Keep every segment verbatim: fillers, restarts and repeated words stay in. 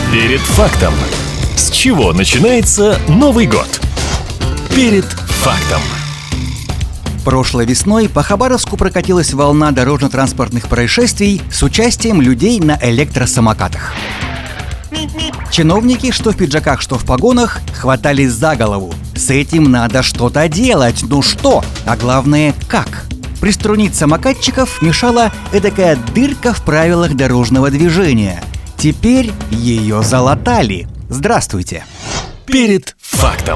Перед фактом. С чего начинается Новый год? Перед фактом. Прошлой весной по Хабаровску прокатилась волна дорожно-транспортных происшествий с участием людей на электросамокатах. Чиновники, что в пиджаках, что в погонах, хватались за голову. С этим надо что-то делать. Ну что? А главное, как? Приструнить самокатчиков мешала эдакая дырка в правилах дорожного движения. Теперь ее залатали. Здравствуйте. Перед фактом.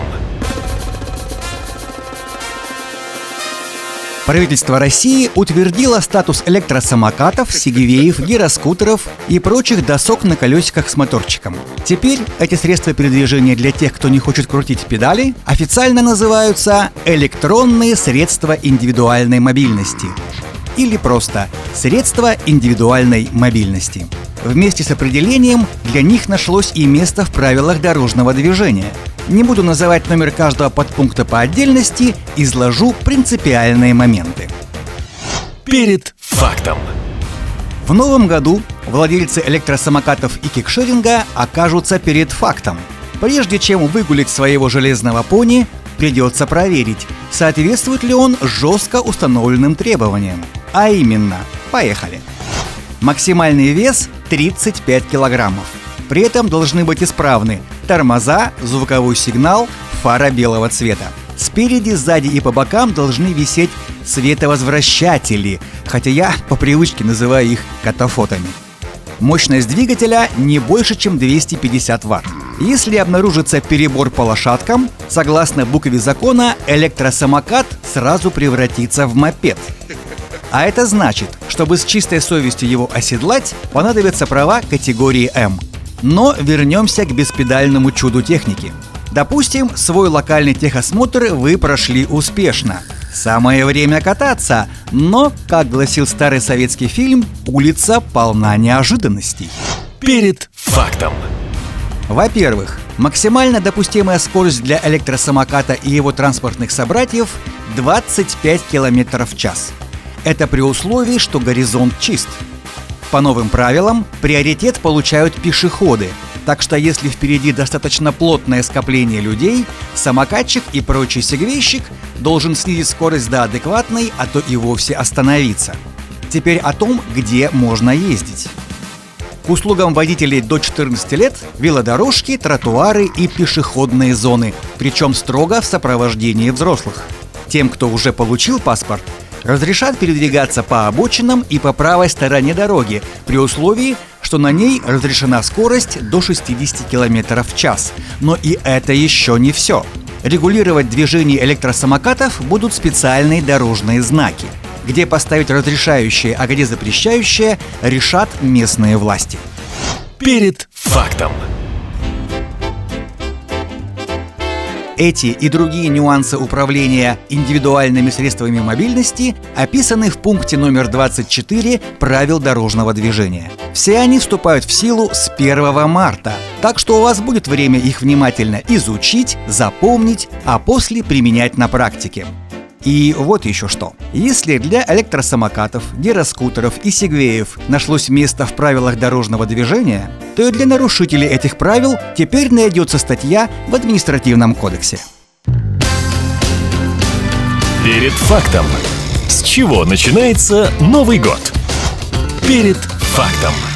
Правительство России утвердило статус электросамокатов, сегвеев, гироскутеров и прочих досок на колесиках с моторчиком. Теперь эти средства передвижения для тех, кто не хочет крутить педали, официально называются электронные средства индивидуальной мобильности. Или просто средства индивидуальной мобильности. Вместе с определением для них нашлось и место в правилах дорожного движения. Не буду называть номер каждого подпункта по отдельности, изложу принципиальные моменты. Перед фактом. В новом году владельцы электросамокатов и кикшеринга окажутся перед фактом. Прежде чем выгулить своего железного пони, придется проверить, соответствует ли он жестко установленным требованиям. А именно, поехали. Максимальный вес тридцать пять килограммов. При этом должны быть исправны тормоза, звуковой сигнал, фара белого цвета. Спереди, сзади и по бокам должны висеть световозвращатели, хотя я по привычке называю их катафотами. Мощность двигателя не больше, чем двести пятьдесят ватт. Если обнаружится перебор по лошадкам, согласно букве закона, электросамокат сразу превратится в мопед. А это значит, чтобы с чистой совестью его оседлать, понадобятся права категории М. Но вернемся к беспедальному чуду техники. Допустим, свой локальный техосмотр вы прошли успешно. Самое время кататься, но, как гласил старый советский фильм, улица полна неожиданностей. Перед фактом. Во-первых, максимально допустимая скорость для электросамоката и его транспортных собратьев – двадцать пять километров в час. Это при условии, что горизонт чист. По новым правилам приоритет получают пешеходы, так что если впереди достаточно плотное скопление людей, самокатчик и прочий сегвейщик должен снизить скорость до адекватной, а то и вовсе остановиться. Теперь о том, где можно ездить. К услугам водителей до четырнадцати лет велодорожки, тротуары и пешеходные зоны, причем строго в сопровождении взрослых. Тем, кто уже получил паспорт, разрешат передвигаться по обочинам и по правой стороне дороги, при условии, что на ней разрешена скорость до шестидесяти километров в час. Но и это еще не все. Регулировать движение электросамокатов будут специальные дорожные знаки. Где поставить разрешающее, а где запрещающее, решат местные власти. Перед фактом. Эти и другие нюансы управления индивидуальными средствами мобильности описаны в пункте номер двадцать четыре правил дорожного движения. Все они вступают в силу с первого марта, так что у вас будет время их внимательно изучить, запомнить, а после применять на практике. И вот еще что. Если для электросамокатов, гироскутеров и сегвеев нашлось место в правилах дорожного движения, то и для нарушителей этих правил теперь найдется статья в административном кодексе. Перед фактом. С чего начинается Новый год? Перед фактом.